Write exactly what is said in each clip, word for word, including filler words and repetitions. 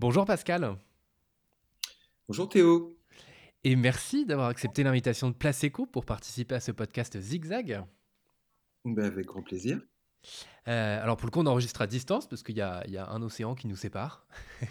Bonjour Pascal, Bonjour Théo. et merci d'avoir accepté l'invitation de Place Éco pour participer à ce podcast Zigzag. Ben, avec grand plaisir. Euh, alors pour le coup, on enregistre à distance parce qu'il y a, il y a un océan qui nous sépare.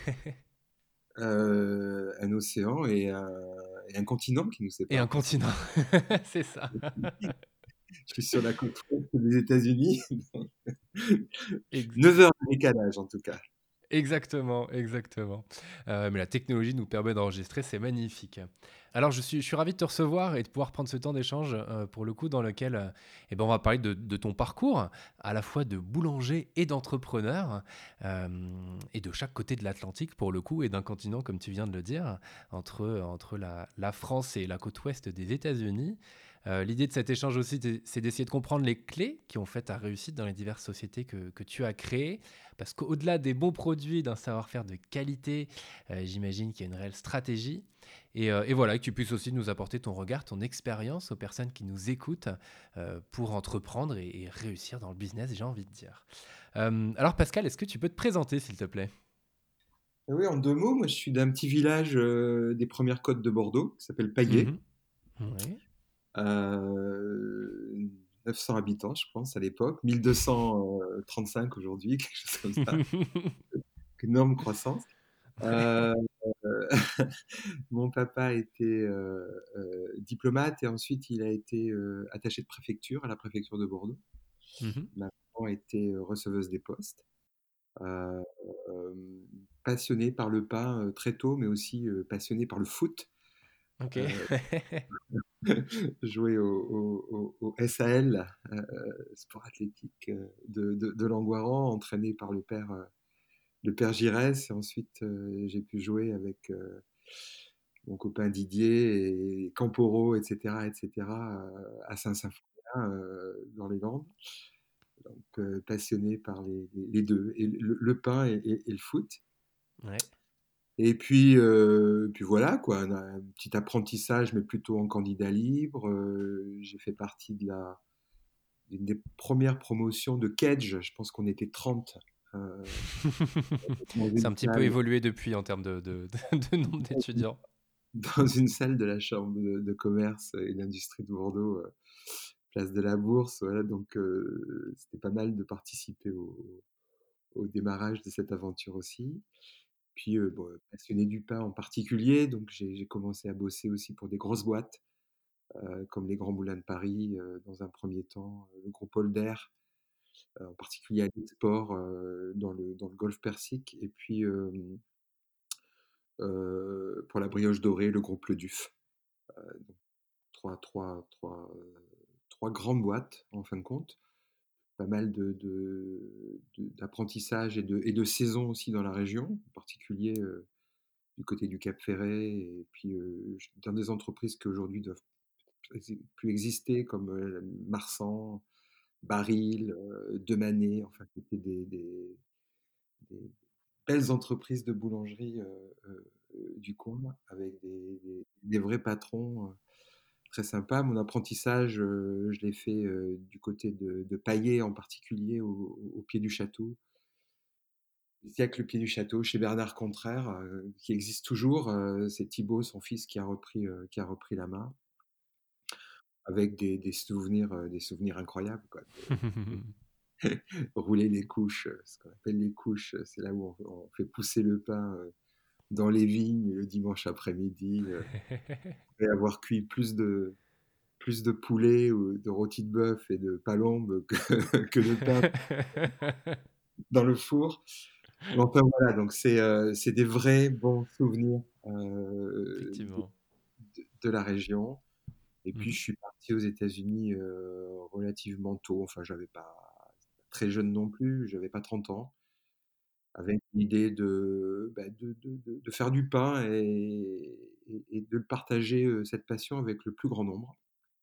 Euh, un océan et un, et un continent qui nous Et un séparent parce que continent, c'est ça. je suis sur la côte ouest des États-Unis. Ex- neuf heures de décalage en tout cas. Exactement, exactement. Euh, mais la technologie nous permet d'enregistrer, c'est magnifique. Alors, je suis, je suis ravi de te recevoir et de pouvoir prendre ce temps d'échange euh, pour le coup dans lequel euh, eh ben, on va parler de, de ton parcours, à la fois de boulanger et d'entrepreneur, euh, et de chaque côté de l'Atlantique pour le coup, et d'un continent, comme tu viens de le dire, entre, entre la, la France et la côte ouest des États-Unis. Euh, L'idée de cet échange aussi, c'est d'essayer de comprendre les clés qui ont fait ta réussite dans les diverses sociétés que, que tu as créées, parce qu'au-delà des bons produits, d'un savoir-faire de qualité, euh, j'imagine qu'il y a une réelle stratégie. Et, euh, et voilà, que tu puisses aussi nous apporter ton regard, ton expérience aux personnes qui nous écoutent euh, pour entreprendre et, et réussir dans le business, j'ai envie de dire. Euh, alors Pascal, est-ce que tu peux te présenter, s'il te plaît? Ah oui, en deux mots, moi je suis d'un petit village euh, des premières côtes de Bordeaux qui s'appelle Paillé. Mhm. Oui. Euh, neuf cents habitants, je pense, à l'époque. mille deux cent trente-cinq aujourd'hui, quelque chose comme ça. Énorme croissance. Euh, Mon papa était euh, euh, diplomate et ensuite il a été euh, attaché de préfecture à la préfecture de Bordeaux. Mhm. Ma maman était euh, receveuse des postes. Euh, euh, Passionnée par le pain euh, très tôt, mais aussi euh, passionnée par le foot. Ok. Euh, Jouer au, au- au- au S A L, euh, sport athlétique euh, de, de, de Langoiran, entraîné par le père, euh, le père Giresse. Et ensuite, euh, j'ai pu jouer avec euh, mon copain Didier et Camporo, et cetera, et cetera, euh, à Saint-Symphorien, euh, dans les Landes. Donc, euh, passionné par les, les- les deux, et le, le pain et, et- et le foot. Ouais. Et puis, euh, puis voilà, quoi, un, un petit apprentissage, mais plutôt en candidat libre. Euh, j'ai fait partie de la, d'une des premières promotions de Kedge. Je pense qu'on était trente euh, dans C'est une un petit peu salle, évolué depuis en termes de, de, de- de nombre d'étudiants. dans une salle de la Chambre de, de commerce et d'industrie de Bordeaux, euh, place de la Bourse. Voilà, donc euh, c'était pas mal de participer au, au démarrage de cette aventure aussi. Puis, euh, bon, passionné du pain en particulier, donc j'ai j'ai commencé à bosser aussi pour des grosses boîtes, euh, comme les Grands Moulins de Paris, euh, dans un premier temps, euh, le groupe Holder, euh, en particulier à l'export, euh, dans le, dans le Golfe Persique, et puis euh, euh, pour la brioche dorée, le groupe Le Duf. Euh, donc, trois, trois, trois, euh, trois grandes boîtes, en fin de compte. Pas mal de, de- de- d'apprentissage et de, et de saison aussi dans la région, en particulier euh, du côté du Cap Ferret, et puis euh, dans des entreprises qui aujourd'hui doivent plus exister, comme euh, Marsan, Baril, euh, Demanet, enfin, c'était des, des- des belles entreprises de boulangerie euh, euh, euh, du coin, avec des, des- des vrais patrons euh, très sympas. Mon apprentissage, euh, je l'ai fait euh, du côté de, de Paillé, en particulier, au, au pied du château. Le siècle, le pied du château, chez Bernard Contraire, euh, qui existe toujours. Euh, c'est Thibaut, son fils, qui a repris, euh, qui a repris la main, avec des, des souvenirs, euh, des souvenirs incroyables, quoi. Rouler les couches, euh, ce qu'on appelle les couches, euh, c'est là où on, on fait pousser le pain euh, dans les vignes le dimanche après-midi. Euh, et avoir cuit plus de, plus de poulet ou de rôti de bœuf et de palombe que, que de pain dans le four. Mais enfin voilà, donc c'est euh, c'est des vrais bons souvenirs euh, de, Effectivement. de- de la région. Et puis Mhm. je suis parti aux États-Unis euh, relativement tôt. Enfin, j'avais pas très jeune non plus, j'avais pas trente ans, avec l'idée de, bah, de, de- de- de faire du pain et, et- et de partager euh, cette passion avec le plus grand nombre.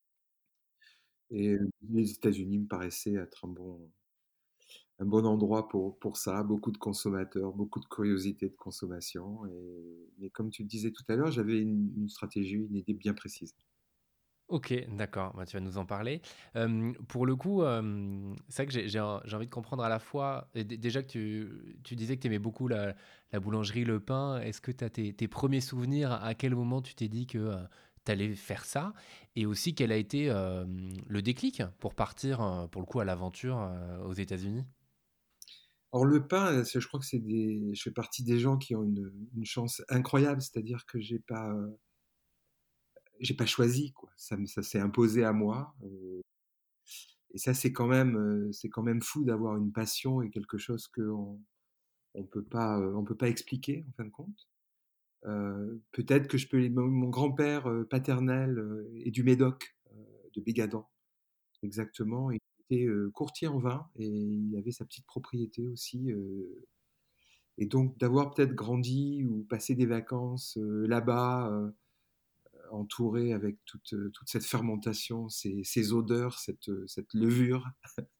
Et euh, les États-Unis me paraissaient être un bon, un bon endroit pour, pour ça, beaucoup de consommateurs, beaucoup de curiosité de consommation. Et, mais comme tu le disais tout à l'heure, j'avais une, une stratégie, une idée bien précise. OK, d'accord, bah, tu vas nous en parler. Hem, pour le coup, hem, c'est vrai que j'ai j'ai en j'ai envie de comprendre à la fois et dé déjà que tu tu disais que tu aimais beaucoup la la boulangerie, le pain. Est-ce que tu as tes tes premiers souvenirs? À quel moment tu t'es dit que, heu, tu allais faire ça? Et aussi quel a été, hem, le déclic pour partir, heu, pour le coup à l'aventure, heu, aux États-Unis? Alors le pain, c'est je crois que c'est des je fais partie des gens qui ont une une chance incroyable, c'est-à-dire que j'ai pas, heu, j'ai pas choisi quoi. Ça me ça s'est imposé à moi, heu et ça c'est quand même, heu, c'est quand même fou d'avoir une passion et quelque chose qu'on on peut pas, heu, on peut pas expliquer en fin de compte. Heu, peut-être que je peux mon mon grand-père, heu, paternel, heu, est du Médoc, heu, de Bégadan exactement. Il était, heu, courtier en vin et il avait sa petite propriété aussi, heu et donc d'avoir peut-être grandi ou passé des vacances, heu, là-bas, heu, entouré avec toute, heu, toute cette fermentation, ces ces odeurs, cette, heu, cette levure,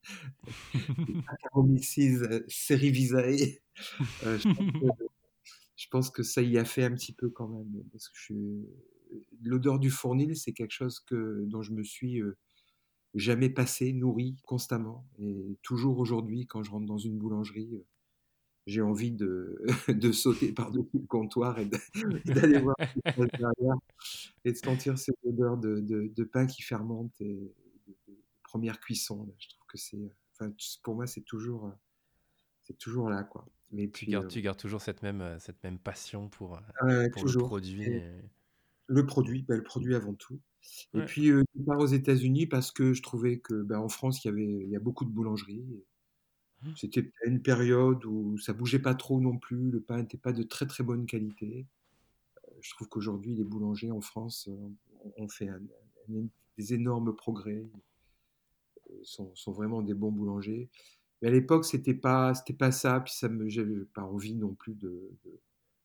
les Saccharomyces cerevisiae, heu, je pense que je pense que ça y a fait un petit peu quand même, parce que je suis l'odeur du fournil, c'est quelque chose que dont je me suis, heu, jamais passé, nourri constamment et toujours aujourd'hui quand je rentre dans une boulangerie, heu, j'ai envie de de sauter par-dessus le comptoir et de et d'aller voir ce qui se passe derrière et de sentir cette odeur de de de pain qui fermente et de de première cuisson là. Je trouve que c'est, heu, enfin pour moi c'est toujours, heu, c'est toujours là quoi. Mais Tu puis, gardes heu tu gardes toujours cette même, heu, cette même passion pour, heu, ouais, pour le toujours produit et et le produit, bah, le produit avant tout et ouais. puis, heu, je pars aux États-Unis parce que je trouvais que, bah, en France, il y avait il y a beaucoup de boulangeries et c'était à une période où ça bougeait pas trop non plus, le pain était pas de très, très bonne qualité. Heu, je trouve qu'aujourd'hui, les boulangers en France, heu, ont ont fait un un des énormes progrès, heu, sont sont vraiment des bons boulangers. Mais à l'époque, c'était pas c'était pas ça, puis ça me j'avais pas envie non plus de de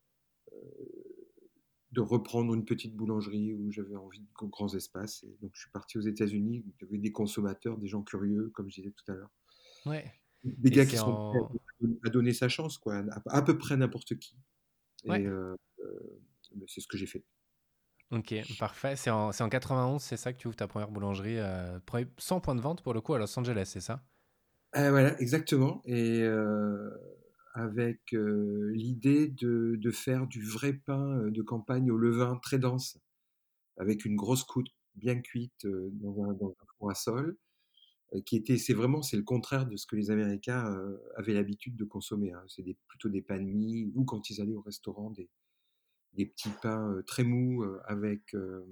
de reprendre une petite boulangerie où j'avais envie de gr grands espaces et donc je suis parti aux États-Unis, où il y avait des consommateurs, des gens curieux, comme je disais tout à l'heure. Ouais Des et gars qui c'est sont prêts en à donner sa chance quoi, à à peu près n'importe qui ouais. et heu, heu, bah, c'est ce que j'ai fait. OK, parfait. C'est en c'est en quatre-vingt-onze, c'est ça que tu ouvres ta première boulangerie, heu, pre sans point de vente pour le coup à Los Angeles, c'est ça? Ah voilà, exactement et heu, avec, heu, l'idée de de faire du vrai pain, heu, de campagne au levain très dense, avec une grosse croûte bien cuite, heu, dans un dans un four à sol, heu, qui était c'est vraiment c'est le contraire de ce que les Américains, heu, avaient l'habitude de consommer, hein. C'est des plutôt des pains de mie ou quand ils allaient au restaurant des des petits pains, heu, très mous, heu, avec, hem,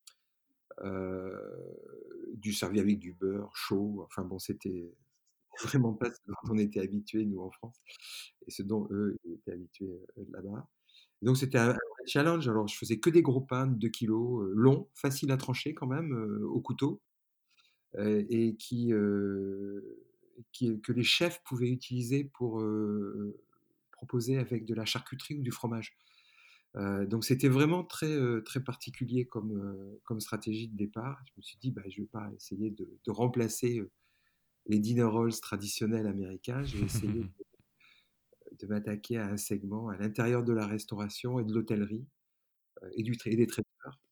heu, du servi avec du beurre chaud. Enfin bon, c'était vraiment pas ce dont on était habitués nous en France et ce dont eux étaient habitués, heu, là-bas. Donc c'était un un vrai challenge. Alors je faisais que des gros pains de deux kilogrammes, heu, longs, faciles à trancher quand même, heu, au couteau, heu et qui, heu, qui que les chefs pouvaient utiliser pour, heu, proposer avec de la charcuterie ou du fromage. Heu, donc c'était vraiment très, heu, très particulier comme, heu, comme stratégie de départ. Je me suis dit: «Bah, je vais pas essayer de de remplacer, heu, les dinner rolls traditionnels américains. Je vais essayer de m'attaquer à un segment à l'intérieur de la restauration et de l'hôtellerie, heu et du trai et des traiteurs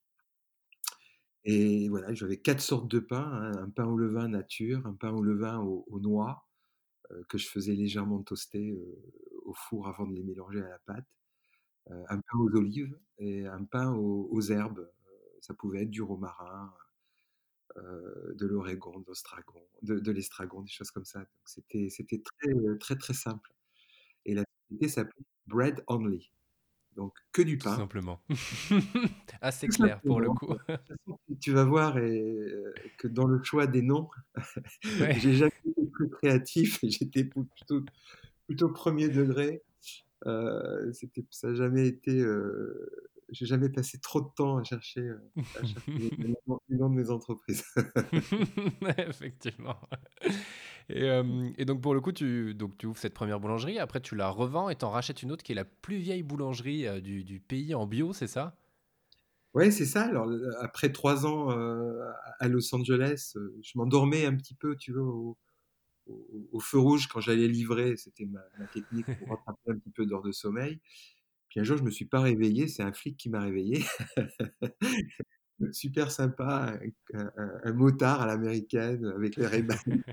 et voilà, j'avais quatre sortes de pain, hein, un pain au levain nature, un pain au levain aux aux noix, heu, que je faisais légèrement toaster, heu, au four avant de les mélanger à la pâte, heu, un pain aux olives et un pain aux aux herbes, heu, ça pouvait être du romarin, heu, de l'origan, de l'ostragon de de l'estragon, des choses comme ça. Donc c'était c'était très, heu, très, très simple et la société s'appelait Bread Only, donc que du Tout pain. simplement. Assez Tout clair pour le simplement, coup. ouais. De toute façon, tu tu vas voir et heu, que dans le choix des noms, Ouais. j'ai jamais été plus créatif et j'étais plutôt plutôt premier degré. Heu, c'était ça a jamais été, heu, j'ai jamais passé trop de temps à chercher, heu, à chercher les les noms les noms de mes entreprises. Effectivement. Et hem et donc pour le coup, tu donc tu ouvres cette première boulangerie, après tu la revends et tu en rachètes une autre qui est la plus vieille boulangerie, heu, du du pays en bio, c'est ça? Ouais, c'est ça. Alors, heu, après trois ans, heu, à à Los Angeles, heu, je m'endormais un petit peu, tu vois, au au au feu rouge quand j'allais livrer. C'était ma ma technique pour rattraper un petit peu d'heures de sommeil. Puis un jour, je me suis pas réveillé, c'est un flic qui m'a réveillé super sympa, un un un un motard à l'américaine avec les ray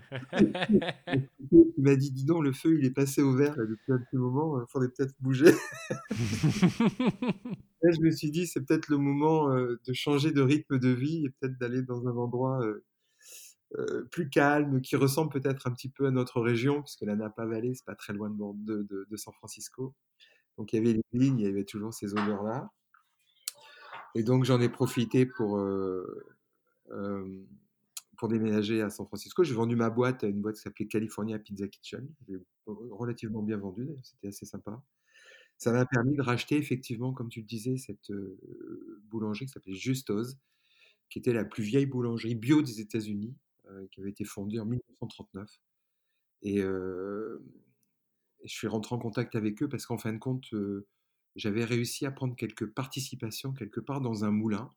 il m'a dit: «Dis donc, le feu, il est passé au vert là depuis un petit moment, il faudrait peut-être bouger». Là, je me suis dit: «C'est peut-être le moment, heu, de changer de rythme de vie et peut-être d'aller dans un endroit, heu heu, plus calme, qui ressemble peut-être un petit peu à notre région», puisque la Napa Valley, c'est pas très loin de Bor de de de San Francisco. Donc il y avait les vignes, il y avait toujours ces odeurs-là et donc j'en ai profité pour, heu, hem, pour déménager à San Francisco. J'ai vendu ma boîte à une boîte qui s'appelait California Pizza Kitchen. J'ai relativement bien vendu d'ailleurs, c'était assez sympa. Ça m'a permis de racheter effectivement, comme tu le disais, cette, heu, boulangerie qui s'appelait Justo's, qui était la plus vieille boulangerie bio des États-Unis, heu, qui avait été fondée en mille neuf cent trente-neuf et heu et je suis rentré en contact avec eux parce qu'en fin de compte, heu, j'avais réussi à prendre quelques participations quelque part dans un moulin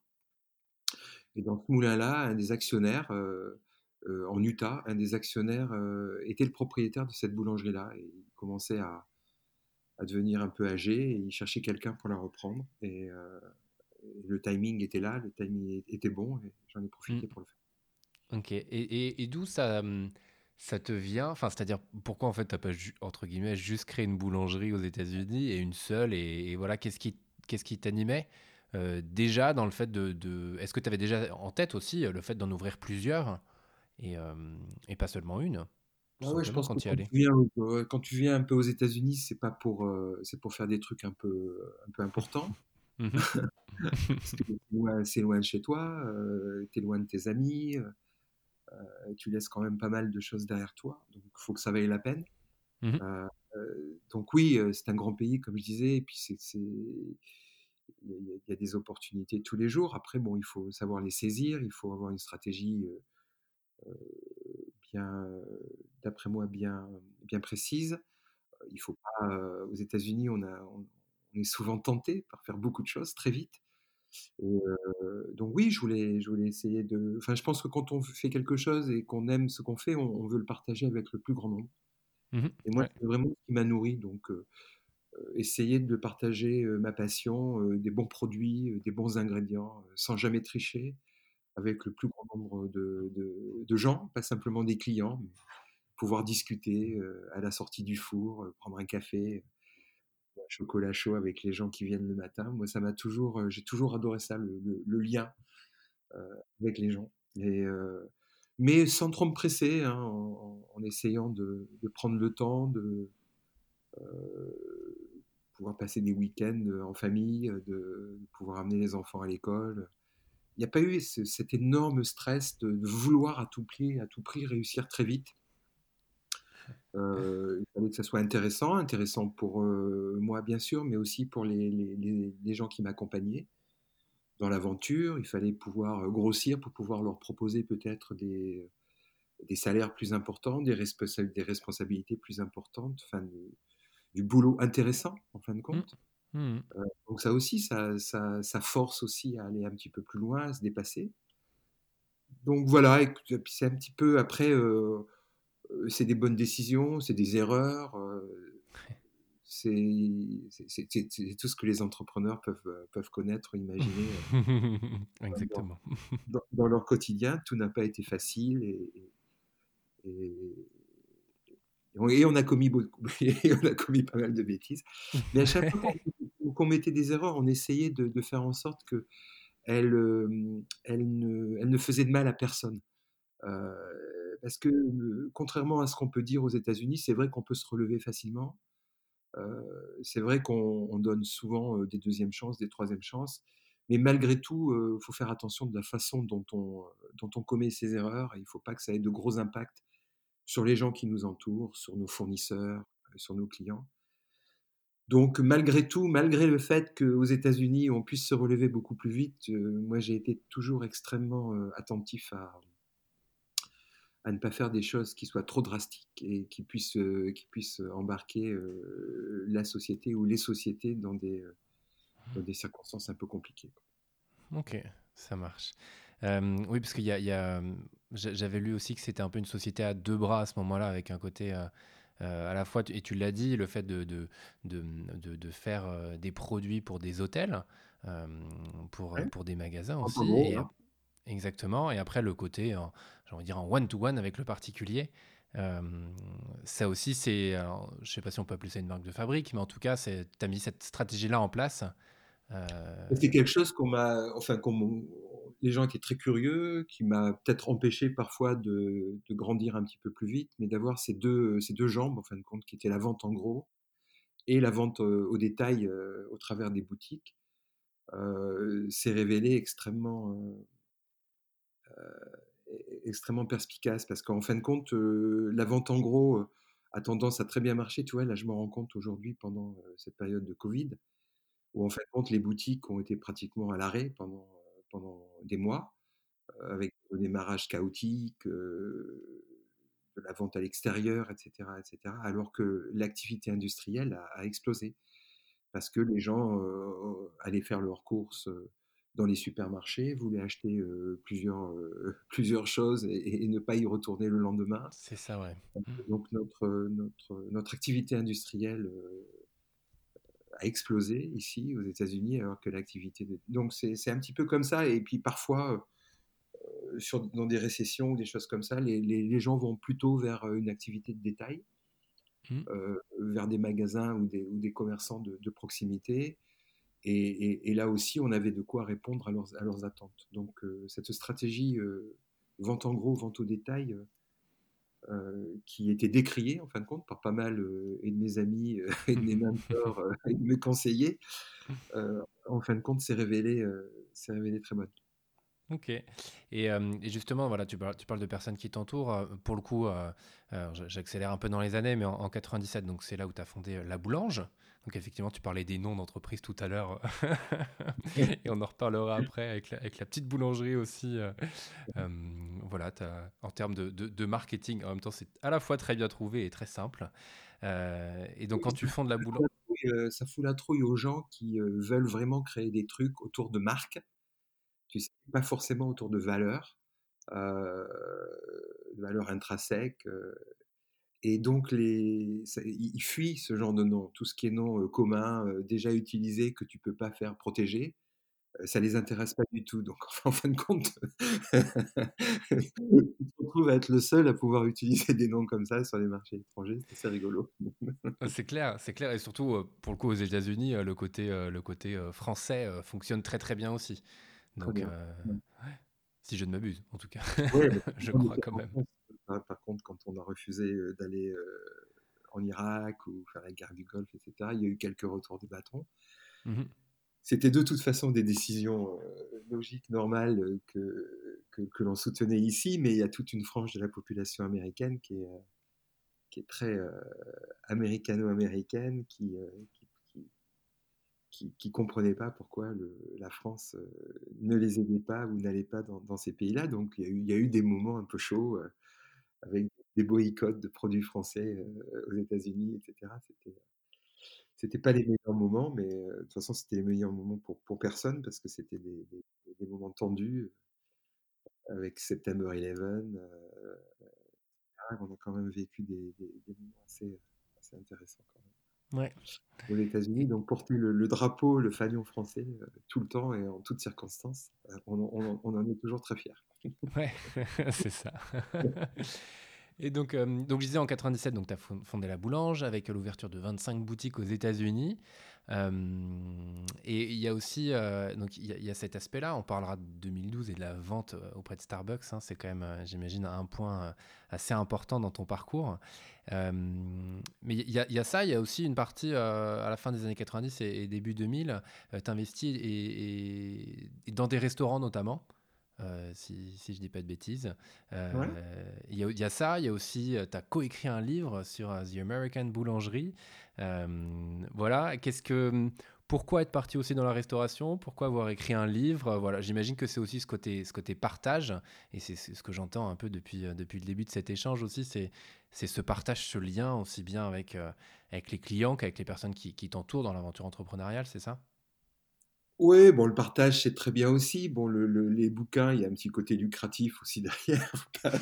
et dans ce moulin-là, un des actionnaires, heu heu, en Utah, un des actionnaires, heu, était le propriétaire de cette boulangerie-là et il commençait à à devenir un peu âgé et il cherchait quelqu'un pour la reprendre et heu et le timing était là, le timing était bon et j'en ai Mmh. profité pour le faire. OK et et et d'où ça, mmh, ça te vient? Enfin, c'est-à-dire, pourquoi en fait, t'as pas ju entre guillemets «juste créé une boulangerie aux États-Unis» et une seule et et voilà, qu'est-ce qui qu'est-ce qui t'animait? Heu, déjà dans le fait de de est-ce que tu avais déjà en tête aussi, heu, le fait d'en ouvrir plusieurs et hem et pas seulement une tout Ah ouais, je simplement pense que quand tu y quand tu allais? viens, heu, quand tu viens un peu aux États-Unis, c'est pas pour, heu, c'est pour faire des trucs un peu, un peu importants. Mmh mh. Parce que c'est loin c'est loin de chez toi, heu, tu es loin de tes amis, heu heu, tu laisses quand même pas mal de choses derrière toi, donc il faut que ça vaille la peine. Mmh mh. Heu heu, donc oui, heu, c'est un grand pays comme je disais et puis c'est c'est il y a il y a il y a des opportunités tous les jours. Après bon, il faut savoir les saisir, il faut avoir une stratégie, heu heu, bien, heu, d'après moi bien bien précise. Il faut pas, heu, aux États-Unis, on a on on est souvent tenté par faire beaucoup de choses très vite et heu, donc oui, je voulais je voulais essayer de enfin, je pense que quand on fait quelque chose et qu'on aime ce qu'on fait, on on veut le partager avec le plus grand nombre Mmh mh. et moi, Ouais. c'est vraiment ce qui m'a nourri donc heu heu, essayer de partager, heu, ma passion, heu, des bons produits, heu, des bons ingrédients, heu, sans jamais tricher, avec le plus grand nombre de de de gens, pas simplement des clients, mais pouvoir discuter, heu, à la sortie du four, heu, prendre un café, un chocolat chaud avec les gens qui viennent le matin. Moi, ça m'a toujours, heu, j'ai toujours adoré ça, le le le lien, heu, avec les gens et heu, mais sans trop me presser, hein, en en en essayant de de prendre le temps de, heu, pouvoir passer des week-ends, heu, en famille, heu, de pouvoir amener les enfants à l'école. Il y a pas eu ce cet énorme stress de de vouloir à tout prix à tout prix réussir très vite. Heu, il fallait que ça soit intéressant, intéressant pour, heu, moi bien sûr, mais aussi pour les les les les gens qui m'accompagnaient dans l'aventure. Il fallait pouvoir, heu, grossir pour pouvoir leur proposer peut-être des, des salaires plus importants, des responsa des responsabilités plus importantes, enfin du du boulot intéressant en fin de Mmh. compte. Mmh mh. Heu, donc ça aussi, ça ça ça force aussi à aller un petit peu plus loin, à se dépasser. Donc voilà, écoute, et puis c'est un petit peu après, heu heu, c'est des bonnes décisions, c'est des erreurs, heu, c'est c'est c'est c'est c'est tout ce que les entrepreneurs peuvent, heu, peuvent connaître, imaginer, heu, dans Exactement. dans dans leur quotidien. Tout n'a pas été facile et et et et on a commis beaucoup et on a commis pas mal de bêtises. Mais à chaque fois qu'on qu'on mettait des erreurs, on essayait de de faire en sorte qu'elles, hem, elles ne elles ne faisaient de mal à personne. Heu, parce que, heu, contrairement à ce qu'on peut dire aux États-Unis, c'est vrai qu'on peut se relever facilement. Heu, c'est vrai qu'on on donne souvent, heu, des deuxièmes chances, des troisièmes chances, mais malgré tout, il faut faire attention de la façon dont on, heu, dont on commet ces erreurs et il ne faut pas que ça ait de gros impacts sur les gens qui nous entourent, sur nos fournisseurs, heu, sur nos clients. Donc malgré tout, malgré le fait qu'aux États-Unis, on puisse se relever beaucoup plus vite, heu, moi j'ai été toujours extrêmement, heu, attentif à à ne pas faire des choses qui soient trop drastiques et qui puissent, heu, qui puissent embarquer, heu, la société ou les sociétés dans des, heu, dans des circonstances un peu compliquées. OK, ça marche. Hem, oui, parce qu'il y a il y a, mmh, j'a j'avais lu aussi que c'était un peu une société à deux bras à ce moment-là avec un côté, heu à la fois, tu- et tu l'as dit, le fait de, de, de, de- de faire euh, des produits pour des hôtels, euh, pour, Ouais, pour des magasins en aussi, gros, et hein. ap- exactement, et après le côté, en- j'ai envie de dire en one-to-one avec le particulier. Euh, Ça aussi, c'est, alors, je sais pas si on peut appeler ça une marque de fabrique, mais en tout cas, tu as mis cette stratégie-là en place. Euh, C'est quelque chose qu'on m'a, enfin, qu'on m'ont- les gens étaient très curieux, qui m'a peut-être empêché parfois de, de grandir un petit peu plus vite, mais d'avoir ces deux, ces deux jambes, en fin de compte, qui étaient la vente en gros et la vente euh, au détail euh, au travers des boutiques, euh, s'est révélé extrêmement, euh, e- extrêmement perspicace parce qu'en fin de compte, euh, la vente en gros euh, a tendance à très bien marcher. Tu vois, là, je me rends compte aujourd'hui pendant euh, cette période de Covid, où en fin de compte, les boutiques ont été pratiquement à l'arrêt pendant, euh, pendant des mois, euh, avec le démarrage chaotique, euh, de la vente à l'extérieur, et cetera, et cetera, alors que l'activité industrielle a, a explosé parce que les gens euh, allaient faire leurs courses euh, dans les supermarchés, voulaient acheter euh, plusieurs, euh, plusieurs choses et, et ne pas y retourner le lendemain. c'est ça, ouais. Mm. Donc notre, notre, notre activité industrielle euh, a explosé ici aux États-Unis, alors que l'activité de... Donc c'est c'est un petit peu comme ça. Et puis parfois, euh, sur, dans des récessions ou des choses comme ça, les, les, les gens vont plutôt vers euh, une activité de détail, Mm. euh, vers des magasins ou des, ou des commerçants de, de proximité. Et, et, et, là aussi, on avait de quoi répondre à leurs, à leurs attentes. Donc euh, cette stratégie euh, vente en gros, vente au détail, euh, qui était décriée en fin de compte par pas mal euh, et de mes amis euh, et de mes mentors euh, et de mes conseillers, euh, en fin de compte, s'est révélée, euh, s'est révélée très bonne. Ok. Et, euh, et justement, voilà, tu parles, tu parles de personnes qui t'entourent. euh, Pour le coup, euh, alors, j- j'accélère un peu dans les années, mais en, en quatre-vingt-dix-sept, donc c'est là où tu as fondé euh, La Boulange. Donc effectivement, tu parlais des noms d'entreprises tout à l'heure. Et on en reparlera après avec la, avec la petite boulangerie aussi. euh, euh, voilà, t'as- en termes de, de- de marketing, en même temps, c'est à la fois très bien trouvé et très simple. Euh, et donc, quand tu fondes La Boulange... Euh, ça fout la trouille aux gens qui euh, veulent vraiment créer des trucs autour de marques, tu sais, pas forcément autour de valeurs, euh, de valeurs intrinsèques. euh, Et donc, les, ça- ils ils fuient ce genre de nom. Tout ce qui est nom euh, commun, euh, déjà utilisé, que tu peux pas faire protéger, euh, ça les intéresse pas du tout. Donc, en fin de compte, tu te retrouves à être le seul à pouvoir utiliser des noms comme ça sur les marchés étrangers. C'est assez rigolo. Euh, C'est clair, c'est clair. Et surtout, euh, pour le coup, aux États-Unis, euh, le côté, euh, le côté euh, français euh, fonctionne très très bien aussi. Très Donc, bien. euh, si je ne m'abuse, en tout cas, Oui, je on crois était quand en même. France. Par par contre, quand on a refusé euh, d'aller euh, en Irak ou faire la guerre du Golfe, et cetera, il y a eu quelques retours de bâton. Mhm. C'était de toute façon des décisions euh, logiques, normales, euh, que, que, que l'on soutenait ici, mais il y a toute une frange de la population américaine qui est, euh, qui est très euh, américano-américaine, qui, euh, qui, qui, qui, qui comprenait pas pourquoi le, la France euh, ne les aidait pas ou n'allait pas dans, dans ces pays-là. Donc il y, a eu, il y a eu des moments un peu chauds euh, avec des boycotts de produits français euh, aux États-Unis, et cetera. C'était, c'était pas les meilleurs moments, mais euh, de toute façon, c'était les meilleurs moments pour, pour personne parce que c'était des, des, des moments tendus avec September onze. Euh, on a quand même vécu des, des, des moments assez, assez intéressants quand même Ouais. aux États-Unis. Et- Donc porter le, le drapeau, le fanion français euh, tout le temps et en toutes circonstances, euh, on, on, on en est toujours très fiers. ouais, c'est ça. Et donc, euh, donc, je disais en quatre-vingt-dix-sept, donc tu as fondé La Boulange avec l'ouverture de vingt-cinq boutiques aux États-Unis. Euh, et il y a aussi, euh, donc il y, a- il y a cet aspect-là. On parlera de deux mille douze et de la vente euh, auprès de Starbucks, hein. C'est quand même, euh, j'imagine, un point euh, assez important dans ton parcours. Euh, mais il y, a il y a ça, il y a aussi une partie euh, à la fin des années quatre-vingt-dix et, et début deux mille, tu investis et, et- et dans des restaurants notamment. Euh, si, si je dis pas de bêtises. Ouais. Euh, Il y, a- il y a ça, il y a aussi, tu as coécrit un livre sur euh, The American Boulangerie. Euh, voilà, qu'est-ce que, pourquoi être parti aussi dans la restauration? Pourquoi avoir écrit un livre? Euh, Voilà, j'imagine que c'est aussi ce côté, ce côté partage, et c'est c'est ce que j'entends un peu depuis, euh, depuis le début de cet échange aussi, c'est c'est ce partage, ce lien aussi bien avec, euh, avec les clients qu'avec les personnes qui, qui t'entourent dans l'aventure entrepreneuriale, c'est ça? Ouais, bon, le partage, c'est très bien aussi. Bon, le le les bouquins, il y a un petit côté lucratif aussi derrière. Faut pas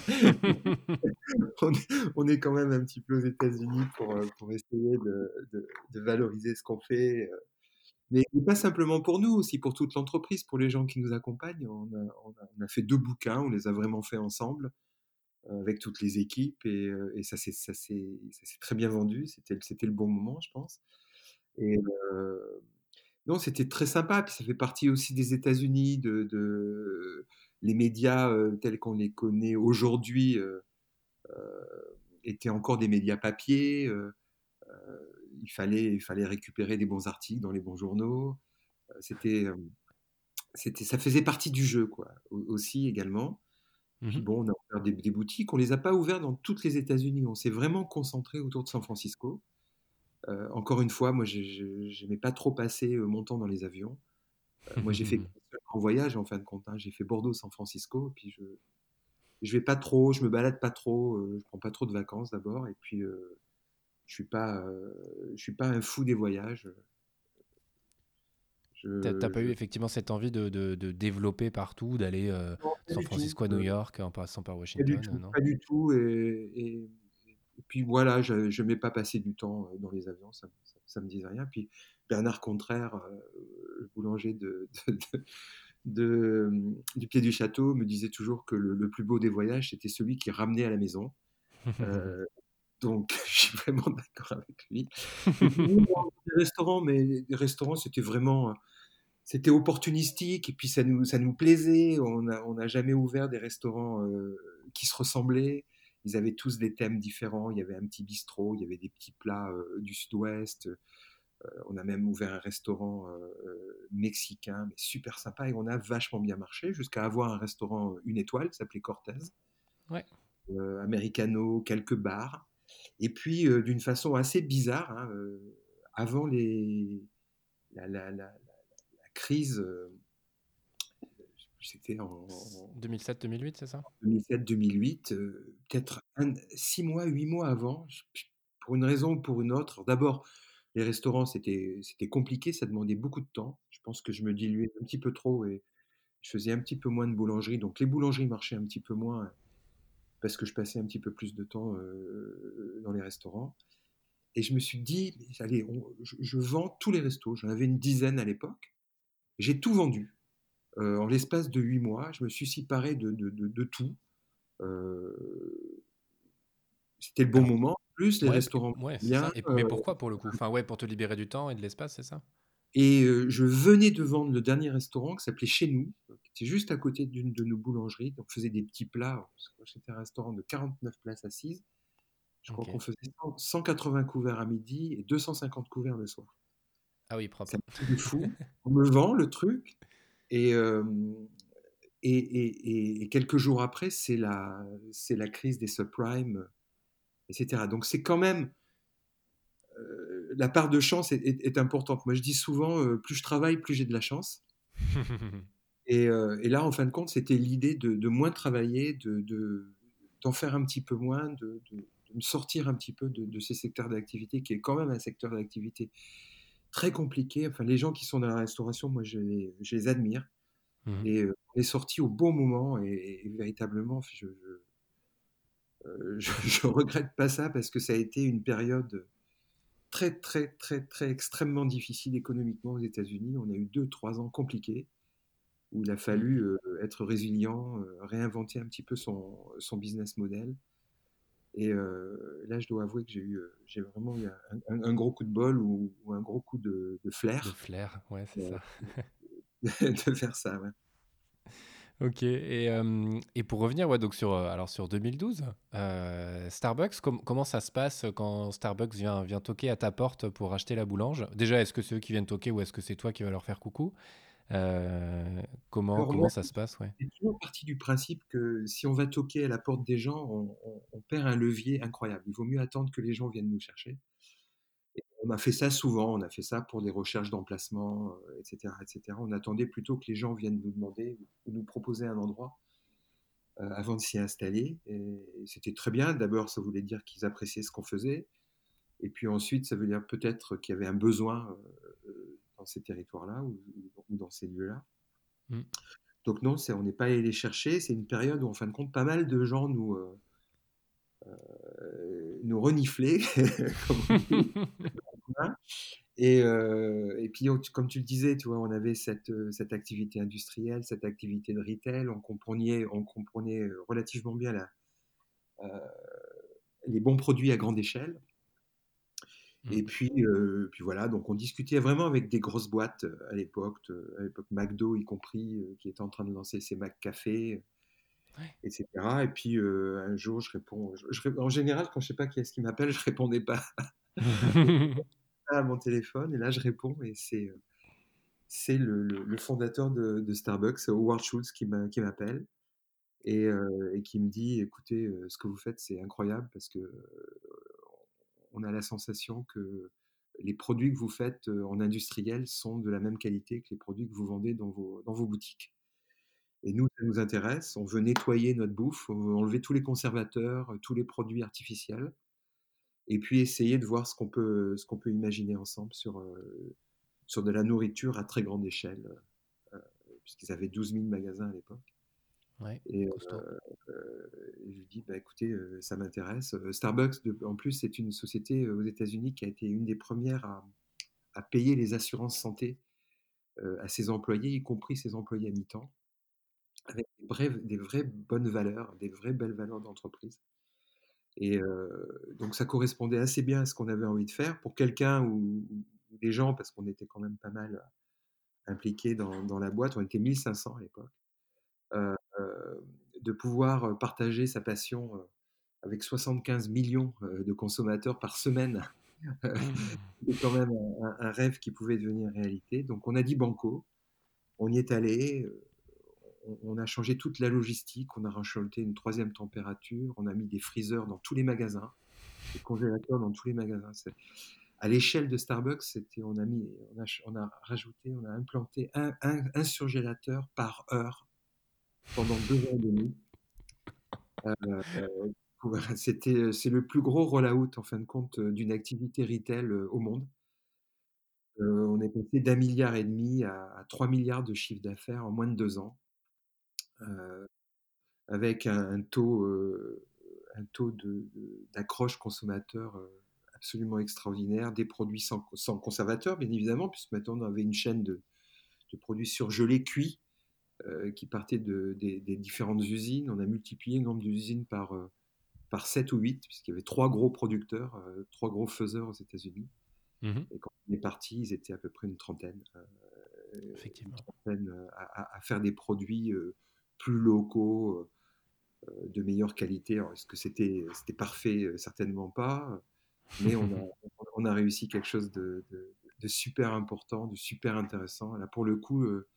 on est on est quand même un petit peu aux États-Unis pour, heu, pour essayer de de de valoriser ce qu'on fait, heu, mais mais pas simplement pour nous, aussi pour toute l'entreprise, pour les gens qui nous accompagnent. On a on a on a fait deux bouquins, on les a vraiment faits ensemble, heu, avec toutes les équipes et heu et ça s'est ça s'est ça s'est très bien vendu. C'était l c'était le bon moment, je pense et heu, non, c'était très sympa. Puis ça fait partie aussi des États-Unis, de de les médias, heu, tels qu'on les connaît aujourd'hui, heu heu, étaient encore des médias papier, heu heu, il fallait il fallait récupérer des bons articles dans les bons journaux. Heu, c'était, hem, c'était ça faisait partie du jeu, quoi, au aussi également. Mmh Puis mh. bon, on a ouvert des des boutiques. On les a pas ouverts dans toutes les États-Unis. On s'est vraiment concentrés autour de San Francisco. Heu, encore une fois, moi, j'ai je j'aimais pas trop passer, heu, mon temps dans les avions. Heu, moi, j'ai fait qu'un seul grand voyage en fin de compte, hein. J'ai fait Bordeaux-San Francisco, puis je je vais pas trop, je me balade pas trop, heu, je prends pas trop de vacances d'abord et puis, heu, je suis pas, heu, je suis pas un fou des voyages, heu Tu as tu as je pas eu je effectivement cette envie de de de développer partout, d'aller, heu, Non, pas San du tout, Francisco à New heu, York, en passant par pas du Washington, heu, tout, non? pas du tout et et et puis voilà, je j'aimais pas passer du temps, heu, dans les avions, ça me ça ça me disait rien. Puis Bernard Contraire, heu, le boulanger de de de de, mmh, du Pied du Château me disait toujours que le le plus beau des voyages, c'était celui qui ramenait à la maison. Heu, donc je suis vraiment d'accord avec lui et puis oui, non, les restaurants, mais les restaurants, c'était vraiment, heu, c'était opportunistique et puis ça nous ça nous plaisait. On a on a jamais ouvert des restaurants, heu, qui se ressemblaient. Ils avaient tous des thèmes différents. Il y avait un petit bistrot, il y avait des petits plats, heu, du sud-ouest, heu, on a même ouvert un restaurant, heu heu, mexicain, mais super sympa et on a vachement bien marché jusqu'à avoir un restaurant, heu, une étoile qui s'appelait Cortez, Ouais. heu, americano, quelques bars et puis, heu, d'une façon assez bizarre, hein, heu, avant les la la la la la crise, heu, c'était en en deux mille sept-deux mille huit, c'est ça? deux mille sept-deux mille huit, heu, peut-être un six mois, huit mois avant, j j pour une raison ou pour une autre. D'abord, les restaurants, c'était c'était compliqué, ça demandait beaucoup de temps. Je pense que je me diluais un petit peu trop et je faisais un petit peu moins de boulangerie, donc les boulangeries marchaient un petit peu moins parce que je passais un petit peu plus de temps, heu, dans les restaurants et je me suis dit: «Mais allez, on je je vends tous les restos». J'en avais une dizaine à l'époque. J'ai tout vendu. Heu, en l'espace de huit mois, je me suis séparé de de de de tout. Heu, c'était le bon Alors moment. En plus, les ouais, p restaurants ouais, c'est bien, ça et mais heu pourquoi pour le coup? Enfin, ouais, pour te libérer du temps et de l'espace, c'est ça? et heu, je venais de vendre le dernier restaurant qui s'appelait Chez nous, qui était juste à côté d'une de nos boulangeries. Donc on faisait des petits plats. C'était un restaurant de quarante-neuf places assises. Je crois qu'on OK. faisait cent 180 couverts à midi et deux cent cinquante couverts le soir. Ah oui, C'est propre. un truc de fou. On me vend le truc et hem et et et et quelques jours après, c'est la c'est la crise des subprimes, et cetera. Donc c'est quand même, heu, la part de chance est est est importante. Moi, je dis souvent, heu: «Plus je travaille, plus j'ai de la chance» et heu et là, en fin de compte, c'était l'idée de de moins travailler, de de d'en faire un petit peu moins, de de de me sortir un petit peu de de ces secteurs d'activité qui est quand même un secteur d'activité très compliqué. Enfin, les gens qui sont dans la restauration, moi, je les je les admire Mmh mh. et heu, on est sortis au bon moment et et véritablement, je je heu, je je regrette pas ça parce que ça a été une période très, très, très, très extrêmement difficile économiquement aux États-Unis. On a eu deux trois ans compliqués où il a Mmh. fallu, heu, être résilient, heu, réinventer un petit peu son son business model et heu, là, je dois avouer que j'ai eu, heu, j'ai vraiment eu un un un gros coup de bol ou ou un gros coup de de De flair, flair, ouais, c'est heu, ça. de faire ça, ouais. OK et hem et pour revenir, ouais, donc sur, heu, alors sur deux mille douze, heu, Starbucks, com comment ça se passe quand Starbucks vient vient toquer à ta porte pour acheter la boulange? Déjà, est-ce que c'est eux qui viennent toquer ou est-ce que c'est toi qui vas leur faire coucou? Heu, comment Alors moi, comment ça se passe? Ouais. j'ai toujours parti du principe que si on va toquer à la porte des gens, on on on perd un levier incroyable. Il vaut mieux attendre que les gens viennent nous chercher. On a fait ça souvent, on a fait ça pour des recherches d'emplacement, heu, et cetera, et cetera. On attendait plutôt que les gens viennent nous demander ou nous proposer un endroit, heu, avant de s'y installer et c'était très bien. D'abord, ça voulait dire qu'ils appréciaient ce qu'on faisait et puis ensuite, ça veut dire peut-être qu'il y avait un besoin, heu, dans dans ces territoires-là ou, ou dans ces lieux-là. Mmh. Donc non, c'est, on n'est pas allé les chercher. C'est une période où, en fin de compte, pas mal de gens nous, euh, euh, nous reniflaient, comme on dit. Et, euh, et puis, on- comme tu le disais, tu vois, on avait cette, euh, cette activité industrielle, cette activité de retail. On comprenait, on comprenait euh, relativement bien la, euh, les bons produits à grande échelle. Et Mmh. puis, euh, puis voilà, donc on discutait vraiment avec des grosses boîtes euh, à l'époque, euh, à l'époque McDo y compris, euh, qui était en train de lancer ses McCafé, Ouais. et cetera. Et puis euh, un jour, je réponds. Je, je en général, quand je sais pas qui est-ce qui m'appelle, je répondais pas à mon téléphone. Et là, je réponds et c'est euh, c'est le, le- le fondateur de, de Starbucks, Howard Schultz, qui m'a- qui m'appelle et, euh, et qui me dit, écoutez, euh, ce que vous faites, c'est incroyable parce que euh, on a la sensation que les produits que vous faites euh, en industriel sont de la même qualité que les produits que vous vendez dans vos, dans vos boutiques. Et nous, ça nous intéresse. On veut nettoyer notre bouffe, on veut enlever tous les conservateurs, euh, tous les produits artificiels, et puis essayer de voir ce qu'on peut, ce qu'on peut imaginer ensemble sur, euh, sur de la nourriture à très grande échelle, euh, puisqu'ils avaient douze mille magasins à l'époque. Ouais, Et, costaud. euh, euh, et je lui dis, bah, écoutez, euh, ça m'intéresse. Euh, Starbucks, de- en plus, c'est une société euh, aux États-Unis qui a été une des premières à, à payer les assurances santé euh, à ses employés, y compris ses employés à mi-temps, avec des vraies, des vraies bonnes valeurs, des vraies belles valeurs d'entreprise. Et euh, donc ça correspondait assez bien à ce qu'on avait envie de faire pour quelqu'un ou, ou des gens, parce qu'on était quand même pas mal impliqués dans, dans la boîte, on était mille cinq cents à l'époque, euh, euh, de pouvoir partager sa passion euh, avec soixante-quinze millions euh, de consommateurs par semaine. C'était quand même un, un rêve qui pouvait devenir réalité. Donc on a dit banco, on y est allé, euh, on, on a changé toute la logistique, on a rajouté une troisième température, on a mis des freezers dans tous les magasins, des congélateurs dans tous les magasins. C'est- À l'échelle de Starbucks, c'était, on a mis, on a, on a rajouté, on a implanté un, un, un surgélateur par heure pendant deux ans et demi. Euh, pour- c'était, c'est le plus gros roll-out en fin de compte euh, d'une activité retail euh, au monde. Euh, on est passé d'un milliard et demi à, à trois milliards de chiffre d'affaires en moins de deux ans, euh, avec un, un taux, euh, un taux de, de- d'accroche consommateur euh, absolument extraordinaire, des produits sans, sans conservateur, bien évidemment, puisque maintenant on avait une chaîne de, de produits surgelés, cuits, euh, qui partaient de, des, des différentes usines. On a multiplié le nombre d'usines par, euh, par sept ou huit, puisqu'il y avait trois gros producteurs, euh, trois gros faiseurs aux États-Unis. Mhm. Et quand on est parti, ils étaient à peu près une trentaine, euh, une Effectivement. trentaine euh, à, à- à faire des produits euh, plus locaux, euh, de meilleure qualité. Alors, est-ce que c'était c'était parfait? Euh, Certainement pas. Mais on a, on a réussi quelque chose de, de- de super important, de super intéressant. Là, pour le coup, euh,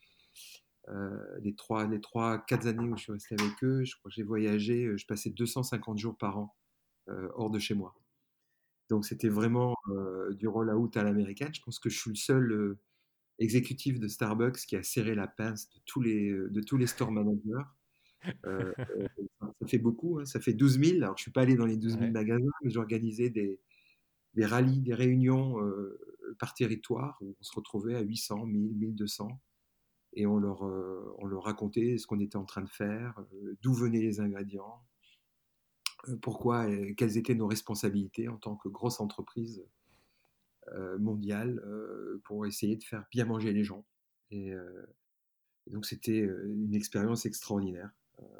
euh, les trois, les trois, quatre années où je suis resté avec eux, je crois que j'ai voyagé, euh, je passais deux cent cinquante jours par an euh, hors de chez moi. Donc c'était vraiment euh, du roll-out à l'américaine. Je pense que je suis le seul euh, exécutif de Starbucks qui a serré la pince de tous les, de tous les store managers. Euh, euh, ça, ça fait beaucoup, hein, ça fait douze mille. Alors je suis pas allé dans les douze mille Ouais. magasins, mais j'ai organisé des, des rallyes, des réunions euh, par territoire où on se retrouvait à huit cents, mille, mille deux cents et on leur, euh, on leur racontait ce qu'on était en train de faire, euh, d'où venaient les ingrédients, euh, pourquoi, euh, quelles étaient nos responsabilités en tant que grosse entreprise euh, mondiale euh, pour essayer de faire bien manger les gens. Et, euh, et donc c'était euh, une expérience extraordinaire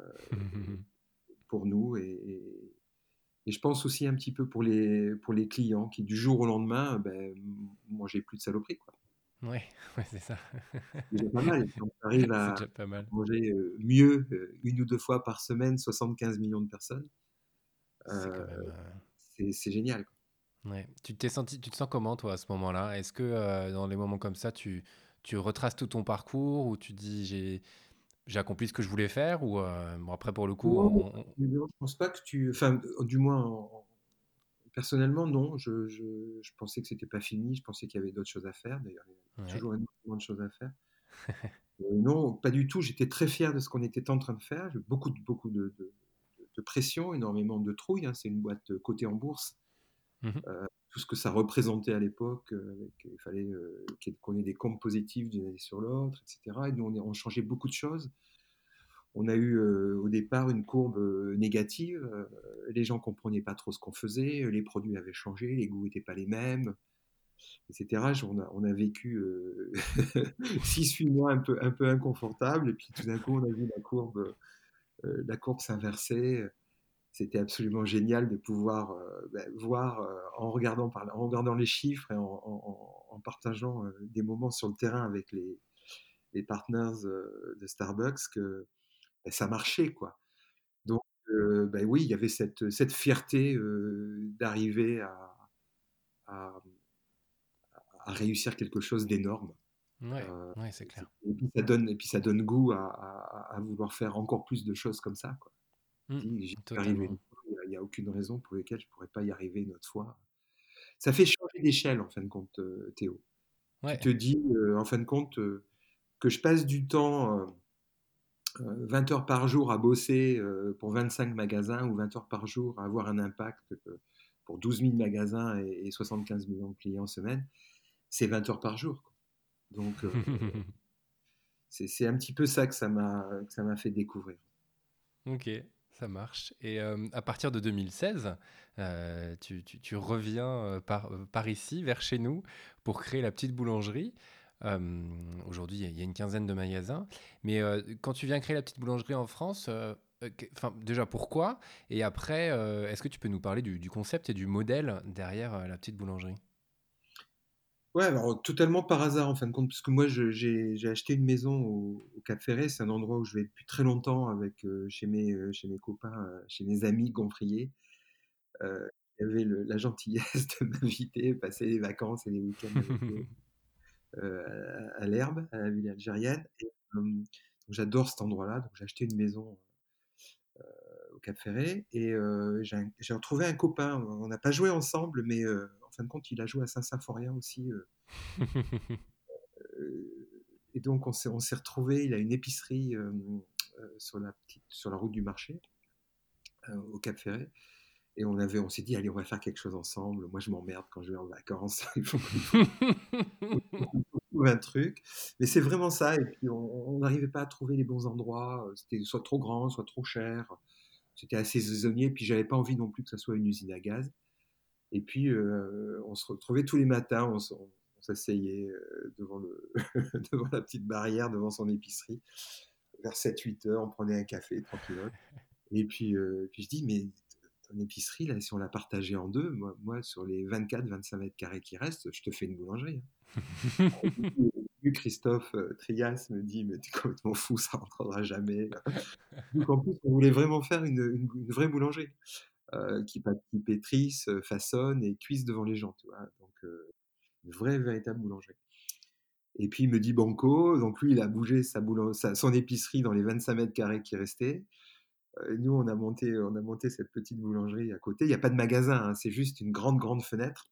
pour nous et, et, et je pense aussi un petit peu pour les, pour les clients qui du jour au lendemain, ben, mangeaient plus de saloperies, quoi. Ouais, ouais, c'est ça. C'est déjà pas mal. Quand on arrive C'est à déjà pas mal. manger euh, mieux euh, une ou deux fois par semaine, soixante-quinze millions de personnes, C'est euh, quand même. euh, c'est c'est génial, quoi. Ouais. Tu t'es senti, tu te sens comment toi à ce moment-là? Est-ce que euh, dans les moments comme ça, tu, tu retraces tout ton parcours ou tu dis j'ai, j'ai accompli ce que je voulais faire ou euh, bon après pour le coup Non, on, on- je pense pas que tu. Enfin, du moins, en- personnellement, non. Je, je, je pensais que c'était pas fini. Je pensais qu'il y avait d'autres choses à faire. D'ailleurs, il y a ouais. toujours énormément de choses à faire. Euh, non, pas du tout. J'étais très fier de ce qu'on était en train de faire. J'ai eu beaucoup, de- beaucoup de, de- de pression, énormément de trouille, hein. C'est une boîte cotée en bourse. Mmh. tout ce que ça représentait à l'époque, euh, avec, il fallait euh, qu'on ait des comptes positifs d'une année sur l'autre, et cetera. Et nous, on, est- on changeait beaucoup de choses. On a eu euh, au départ une courbe euh, négative. Euh, les gens comprenaient pas trop ce qu'on faisait. Les produits avaient changé, les goûts n'étaient pas les mêmes, et cetera. On a, on a vécu euh, six, huit mois un peu, un peu inconfortables. Et puis tout d'un coup, on a vu la courbe, euh, la courbe s'inverser. C'était absolument génial de pouvoir euh, bah, voir euh, en, regardant par, en regardant les chiffres et en, en- en partageant euh, des moments sur le terrain avec les, les partners euh, de Starbucks que bah, ça marchait, quoi. Donc, euh, bah oui, il y avait cette, cette fierté euh, d'arriver à, à- à réussir quelque chose d'énorme. Ouais, Euh, ouais, c'est clair. et puis ça donne, et puis ça donne goût à, à- à vouloir faire encore plus de choses comme ça, quoi. Mmh, Si j'y suis arrivé une totalement. fois, il n'y a, a aucune raison pour laquelle je ne pourrais pas y arriver une autre fois. Ça fait changer d'échelle, en fin de compte, euh, Théo. Tu Ouais. te dis, euh, en fin de compte, euh, que je passe du temps, euh, euh, vingt heures par jour à bosser euh, pour vingt-cinq magasins ou vingt heures par jour à avoir un impact euh, pour douze mille magasins et, et soixante-quinze millions de clients semaine, c'est vingt heures par jour, quoi. Donc, euh, c'est c'est un petit peu ça que ça m'a que ça m'a fait découvrir. OK, ça marche et hem, à partir de deux mille seize, heu, tu tu tu reviens, heu, par, heu, par ici, vers chez nous, pour créer la petite boulangerie. Hem, aujourd'hui, il y a il y a une quinzaine de magasins, mais heu, quand tu viens créer la petite boulangerie en France, heu heu, qu enfin, déjà pourquoi? Et après, heu, est-ce que tu peux nous parler du du concept et du modèle derrière, heu, la petite boulangerie? Ouais, alors totalement par hasard en fin de compte, parce que moi je- j'ai j'ai acheté une maison au, au Cap Ferret, c'est un endroit où je vais depuis très longtemps avec euh, chez mes euh, chez mes copains, euh, chez mes amis gonfriers. Euh, il y avait le- la gentillesse de m'inviter, passer les vacances et les week-ends avec eux euh, à, à l'Herbe, à la ville algérienne. Et, euh, donc j'adore cet endroit-là, donc j'ai acheté une maison euh, au Cap Ferret et euh, j'ai un- j'ai retrouvé un copain. On n'a pas joué ensemble, mais euh, en fin de compte, il a joué à Saint-Symphorien aussi. euh, Euh, et donc on s'est, on s'est retrouvé. Il a une épicerie euh, euh, sur la petite, sur la route du marché euh, au Cap Ferret. Et on avait, on s'est dit, allez, on va faire quelque chose ensemble. Moi, je m'emmerde quand je vais en vacances. Il faut, il faut qu'on trouve un truc. Mais c'est vraiment ça. Et puis on on n'arrivait pas à trouver les bons endroits. C'était soit trop grand, soit trop cher. C'était assez saisonnier. Puis j'avais pas envie non plus que ça soit une usine à gaz. Et puis, euh, on se retrouvait tous les matins, on, s- on- on s'asseyait euh, devant, le devant la petite barrière, devant son épicerie. Vers sept huit heures, on prenait un café tranquillote. Et puis, euh, puis je dis, mais ton épicerie, là, si on la partageait en deux, moi, moi sur les vingt-quatre vingt-cinq mètres carrés qui restent, je te fais une boulangerie, hein. Au début, Christophe euh, Trias me dit, mais t'es complètement fou, ça rentrera jamais. Donc en plus, on voulait vraiment faire une, une, une vraie boulangerie euh, qui, qui pétrisse, euh, façonne et cuise devant les gens, tu vois. Donc, euh, une vraie, véritable boulangerie. Et puis, il me dit banco. Donc, lui, il a bougé sa boulang- sa- son épicerie dans les vingt-cinq mètres carrés qui restaient. Euh, nous, on a monté, on a monté cette petite boulangerie à côté. Il n'y a pas de magasin, hein, c'est juste une grande, grande fenêtre.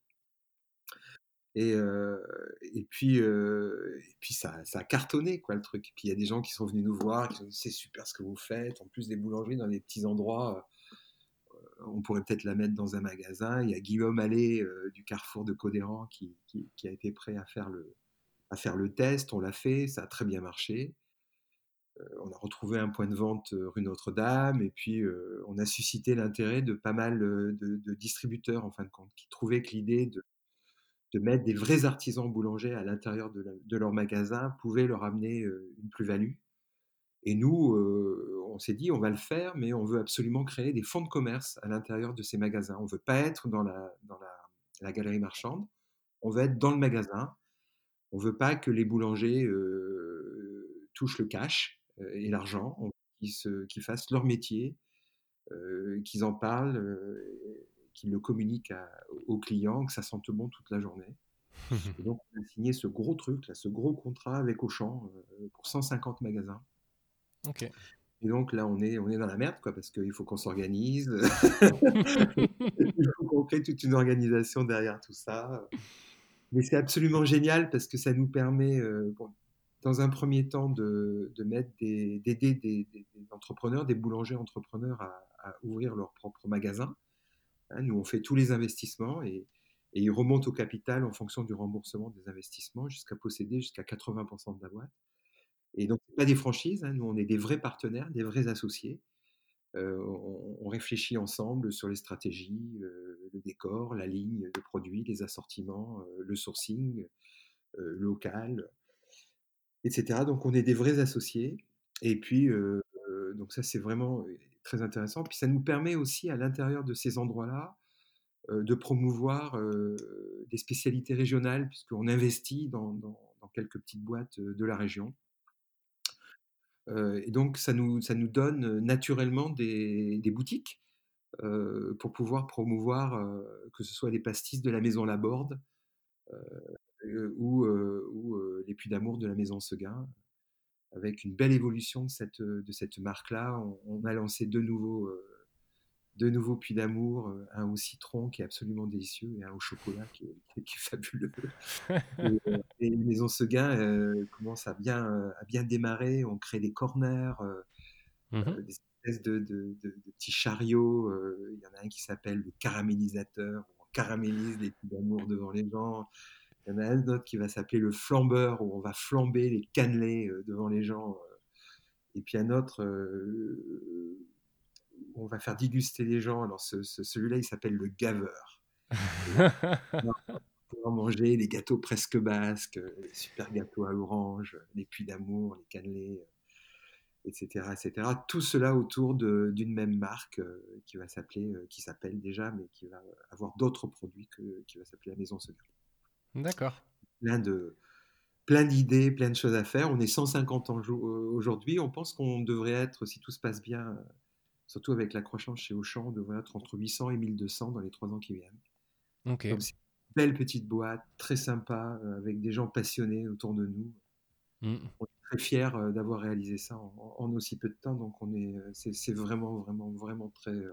Et, euh, et puis, euh, et puis ça, ça a cartonné, quoi, le truc. Et puis, il y a des gens qui sont venus nous voir, qui ont dit, c'est super ce que vous faites. En plus des boulangeries dans des petits endroits, on pourrait peut-être la mettre dans un magasin. Il y a Guillaume Allais euh, du Carrefour de Codéran qui, qui, qui a été prêt à faire le, à faire le test. On l'a fait, ça a très bien marché. Euh, on a retrouvé un point de vente euh, rue Notre-Dame et puis euh, on a suscité l'intérêt de pas mal euh, de, de distributeurs en fin de compte qui trouvaient que l'idée de, de mettre des vrais artisans boulangers à l'intérieur de, la- de leur magasin pouvait leur amener euh, une plus-value. Et nous, euh, on s'est dit, on va le faire, mais on veut absolument créer des fonds de commerce à l'intérieur de ces magasins. On ne veut pas être dans la, dans la, la galerie marchande, on veut être dans le magasin. On ne veut pas que les boulangers euh, touchent le cash euh, et l'argent, on veut qu'ils, se- qu'ils fassent leur métier, euh, qu'ils en parlent, euh, qu'ils le communiquent à- aux clients, que ça sente bon toute la journée. Et donc, on a signé ce gros truc, là, ce gros contrat avec Auchan euh, pour cent cinquante magasins. OK. Et donc là, on est, on est dans la merde, quoi, parce qu'il faut qu'on s'organise, il faut qu'on crée toute une organisation derrière tout ça. Mais c'est absolument génial parce que ça nous permet, euh, bon, dans un premier temps, de, de mettre des, d'aider des, des- des entrepreneurs, des boulangers entrepreneurs à, à ouvrir leur propre magasin. hein. Nous, on fait tous les investissements et et ils remontent au capital en fonction du remboursement des investissements jusqu'à posséder jusqu'à quatre-vingts de la boîte et donc c'est pas des franchises, hein. Nous, on est des vrais partenaires, des vrais associés. Heu, on on réfléchit ensemble sur les stratégies, heu, le décor, la ligne de produits, les assortiments, heu, le sourcing, heu, local et cetera. Donc on est des vrais associés et puis, heu, donc ça, c'est vraiment, heu, très intéressant. Puis ça nous permet aussi à l'intérieur de ces endroits-là, heu, de promouvoir, heu, des spécialités régionales puisqu'on investit dans dans dans quelques petites boîtes, heu, de la région. Heu et donc ça nous ça nous donne, heu, naturellement des des boutiques, heu, pour pouvoir promouvoir, heu, que ce soit les pastis de la maison Laborde, heu, ou, heu, ou, heu, les Puy d'Amour de la maison Seguin. Avec une belle évolution de cette, heu, de cette marque-là. On on a lancé deux nouveaux, heu, deux nouveaux Puy d'Amour, heu, un au citron qui est absolument délicieux et un au chocolat qui est qui est qui est fabuleux et heu et Maison Seguin, heu, commence à bien, heu, à bien démarrer. On crée des corners, heu Mmh. heu, des espèces de de de de petits chariots, heu, il y en a un qui s'appelle le caramélisateur, où on caramélise les Puy d'Amour devant les gens. Il y en a un autre qui va s'appeler le flambeur, où on va flamber les cannelés, heu, devant les gens, heu et puis un autre, heu, où on va faire déguster les gens. Alors ce ce celui-là, il s'appelle le gaveur et on va pouvoir manger les gâteaux presque basques, heu, les super gâteaux à l'orange, les Puy d'Amour, les cannelés, heu et cetera et cetera. Tout cela autour de d'une même marque, heu, qui va s'appeler, heu, qui s'appelle déjà, mais qui va avoir d'autres produits que qui va s'appeler la Maison Seguin. D'accord. Plein de plein d'idées, plein de choses à faire. On est cent cinquante en jou heu, aujourd'hui. On pense qu'on devrait être, si tout se passe bien, heu, surtout avec la croissance chez Auchan, on devrait être entre huit cents et mille deux cents dans les trois ans qui viennent. OK. Donc c'est une belle petite boîte, très sympa, heu, avec des gens passionnés autour de nous. Mmh. On est très fiers, heu, d'avoir réalisé ça en en aussi peu de temps, donc on est, heu, c'est c'est vraiment, vraiment, vraiment très, heu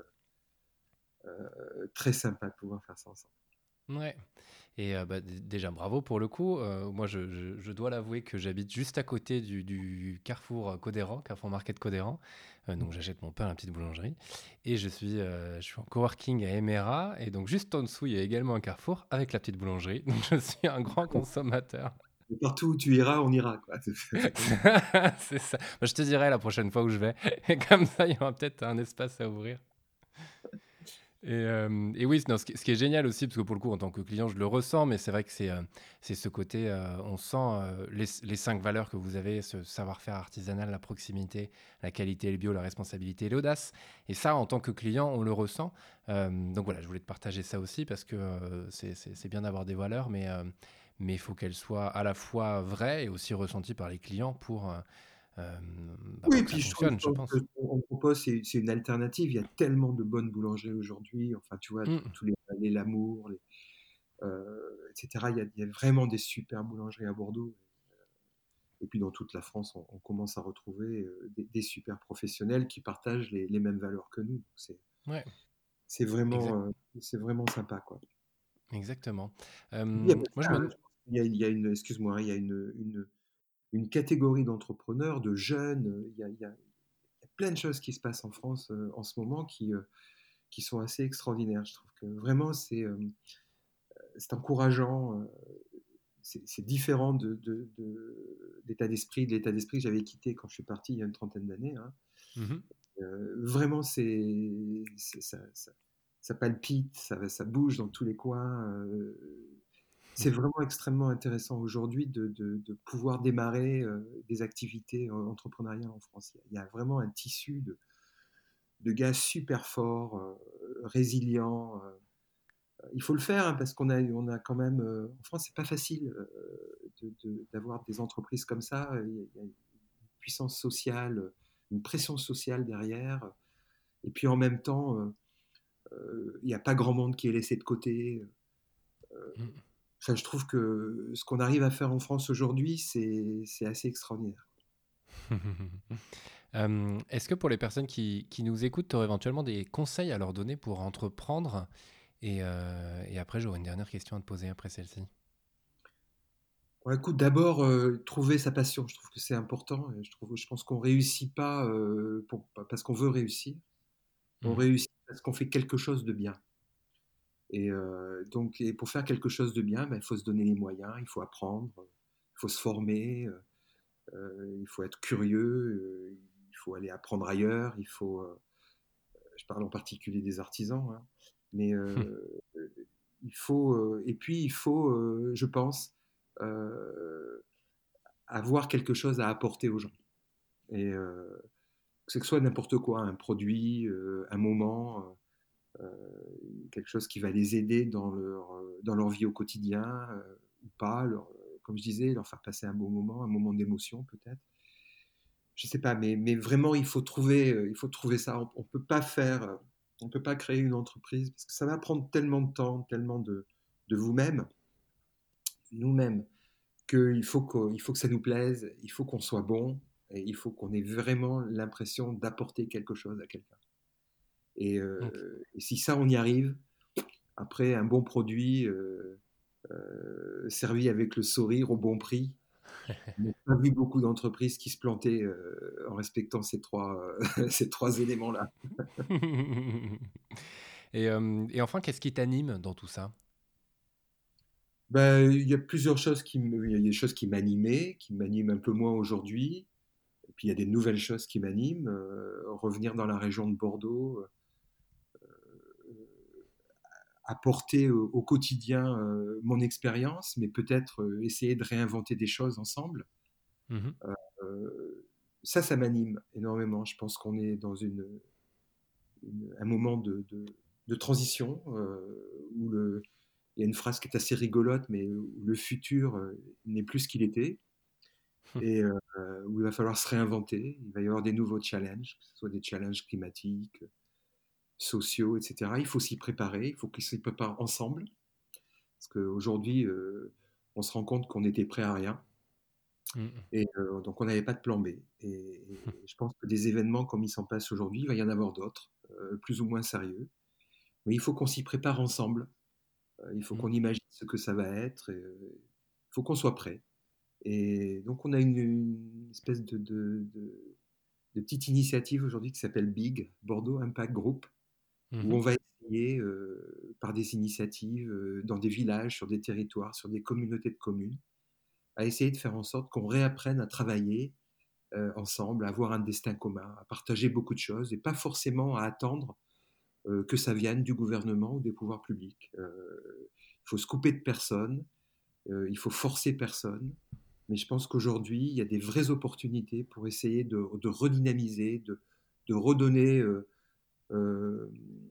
heu, très sympa de pouvoir faire ça ensemble. Ouais. Et heu, bah, dé déjà bravo pour le coup, heu, moi je je je dois l'avouer que j'habite juste à côté du du Carrefour, heu, Codéran, Carrefour Market Codéran, heu, donc j'achète mon pain à la petite boulangerie et je suis, heu, je suis en coworking à Emera et donc juste en dessous, il y a également un Carrefour avec la petite boulangerie, donc je suis un grand consommateur. Et partout où tu iras, on ira, quoi. C'est comme C'est ça. Bah, je te dirai la prochaine fois où je vais et comme ça, il y aura peut-être un espace à ouvrir. Et, euh, et oui, non, ce, qui, ce qui est génial aussi, parce que pour le coup, en tant que client, je le ressens, mais c'est vrai que c'est euh, c'est ce côté, euh, on sent euh, les, les cinq valeurs que vous avez, ce savoir-faire artisanal, la proximité, la qualité, le bio, la responsabilité et l'audace. Et ça, en tant que client, on le ressent. Euh, donc voilà, je voulais te partager ça aussi, parce que euh, c'est c'est- c'est bien d'avoir des valeurs, mais euh, mais il faut qu'elles soient à la fois vraies et aussi ressenties par les clients pour, euh, euh, bah, Oui, pour que ça puis je trouve je fonctionne, je pense que pense. ce qu'on propose, c'est c'est une alternative. Il y a tellement de bonnes boulangeries aujourd'hui, enfin, tu vois, tous Mm. tous les les Lamour, les, heu, et cetera. Il y a il y a vraiment des super boulangeries à Bordeaux et puis dans toute la France, on on commence à retrouver, heu, des des super professionnels qui partagent les les mêmes valeurs que nous. C'est Ouais, c'est vraiment, exact, heu, c'est vraiment sympa, quoi. exactement. Et puis il y a Euh, pas que moi, je ça, hein, me... je pense qu'il y a il y a une excuse-moi, hein, il y a une une une catégorie d'entrepreneurs, de jeunes, heu, il y a il y a il y a plein de choses qui se passent en France, heu, en ce moment qui, heu qui sont assez extraordinaires. Je trouve que vraiment c'est, euh, c'est encourageant, euh, c'est c'est différent de, de, de- d'état d'esprit, de l'état d'esprit que j'avais quitté quand je suis parti il y a une trentaine d'années, hein. Mhm. Euh, vraiment, c'est, c'est- ça, ça, ça palpite, ça, ça bouge dans tous les coins. euh, c'est vraiment extrêmement intéressant aujourd'hui de, de- de pouvoir démarrer euh, des activités euh, entrepreneuriales en France. Il y a vraiment un tissu de, de gars super forts, euh, résilients. euh, Il faut le faire, hein, parce qu'on a, on a quand même, euh, en France, c'est pas facile euh, de- de- d'avoir des entreprises comme ça. Il y a, il y a une puissance sociale, une pression sociale derrière. Et puis en même temps, euh, euh, il n'y a pas grand monde qui est laissé de côté. Mhm. Enfin, je trouve que ce qu'on arrive à faire en France aujourd'hui, c'est c'est assez extraordinaire. Euh, est-ce que pour les personnes qui, qui nous écoutent, tu aurais éventuellement des conseils à leur donner pour entreprendre? Et, euh, et après, j'aurais une dernière question à te poser après celle-ci. Bon, écoute, d'abord, euh, trouver sa passion. Je trouve que c'est important. Et Je trouve, je pense qu'on réussit pas euh, pour- parce qu'on veut réussir. On Mhm. réussit parce qu'on fait quelque chose de bien. Et heu, donc et pour faire quelque chose de bien, bah, il faut se donner les moyens, il faut apprendre, il faut se former, heu heu, il faut être curieux, heu, il faut aller apprendre ailleurs, il faut, heu, je parle en particulier des artisans, hein, mais heu, il faut, heu et puis il faut, heu, je pense, heu, avoir quelque chose à apporter aux gens et heu, que ce soit n'importe quoi, un produit, heu, un moment, heu heu, quelque chose qui va les aider dans leur, heu, dans leur vie au quotidien, heu, ou pas, leur, comme je disais, leur faire passer un bon moment, un moment d'émotion peut-être. Je sais pas, mais mais vraiment il faut trouver, heu, il faut trouver ça. On on peut pas faire, heu, on peut pas créer une entreprise parce que ça va prendre tellement de temps, tellement de de vous-même, nous-mêmes, qu'il faut que il faut que ça nous plaise, il faut qu'on soit bon et il faut qu'on ait vraiment l'impression d'apporter quelque chose à quelqu'un et OK. heu et si ça on y arrive, après un bon produit, heu heu, servi avec le sourire au bon prix. On n'a pas vu beaucoup d'entreprises qui se plantaient, heu, en respectant ces trois heu, ces trois éléments-là. Et hem et enfin, qu'est-ce qui t'anime dans tout ça? Bah, il y a plusieurs choses qui me il y a des choses qui m'animaient, qui m'animent un peu moins aujourd'hui. Et puis il y a des nouvelles choses qui m'animent, heu, revenir dans la région de Bordeaux, heu, apporter au au quotidien, heu, mon expérience, mais peut-être, heu, essayer de réinventer des choses ensemble. Mmh mh. Heu, ça, ça m'anime énormément. Je pense qu'on est dans une, une un moment de de de transition, heu, où le il y a une phrase qui est assez rigolote, mais où le futur, heu, n'est plus ce qu'il était et heu, où il va falloir se réinventer. Il va y avoir des nouveaux challenges, que ce soit des challenges climatiques, sociaux et cetera. Il faut s'y préparer, il faut qu'ils s'y préparent ensemble parce qu'aujourd'hui, heu, on se rend compte qu'on était prêt à rien Mmh mh. et heu, donc on n'avait pas de plan B et et je pense que des événements comme il s'en passe aujourd'hui, il va y en avoir d'autres, heu, plus ou moins sérieux. Mais il faut qu'on s'y prépare ensemble, heu, il faut Mmh. qu'on imagine ce que ça va être et heu, il faut qu'on soit prêt et donc on a une une espèce de de de de petite initiative aujourd'hui qui s'appelle BIG, Bordeaux Impact Group, Mmh où mh. on va essayer, heu, par des initiatives, heu, dans des villages, sur des territoires, sur des communautés de communes, à essayer de faire en sorte qu'on réapprenne à travailler, heu, ensemble, à avoir un destin commun, à partager beaucoup de choses et pas forcément à attendre, heu, que ça vienne du gouvernement ou des pouvoirs publics. Heu, il faut se couper de personne, heu, il faut forcer personne, mais je pense qu'aujourd'hui, il y a des vraies opportunités pour essayer de de redynamiser, de de redonner, heu, hem,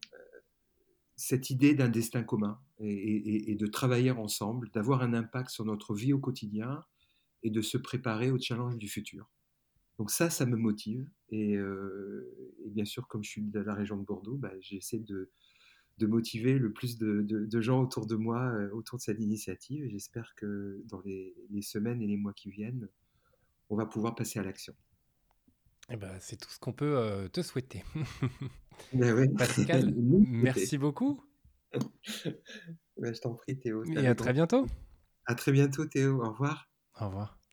cette idée d'un destin commun et et et de travailler ensemble, d'avoir un impact sur notre vie au quotidien et de se préparer aux challenges du futur. Donc ça, ça me motive et heu et bien sûr, comme je suis de la région de Bordeaux, bah, j'essaie de de motiver le plus de de de gens autour de moi, heu, autour de cette initiative et j'espère que dans les les semaines et les mois qui viennent, on va pouvoir passer à l'action. Et bah, c'est tout ce qu'on peut, heu, te souhaiter. Beh, oui, Pascal, nous souhaiter. merci beaucoup Bah, je t'en prie Théo, c'était et à avec très grand bientôt. plaisir. À très bientôt Théo, au revoir. Au revoir.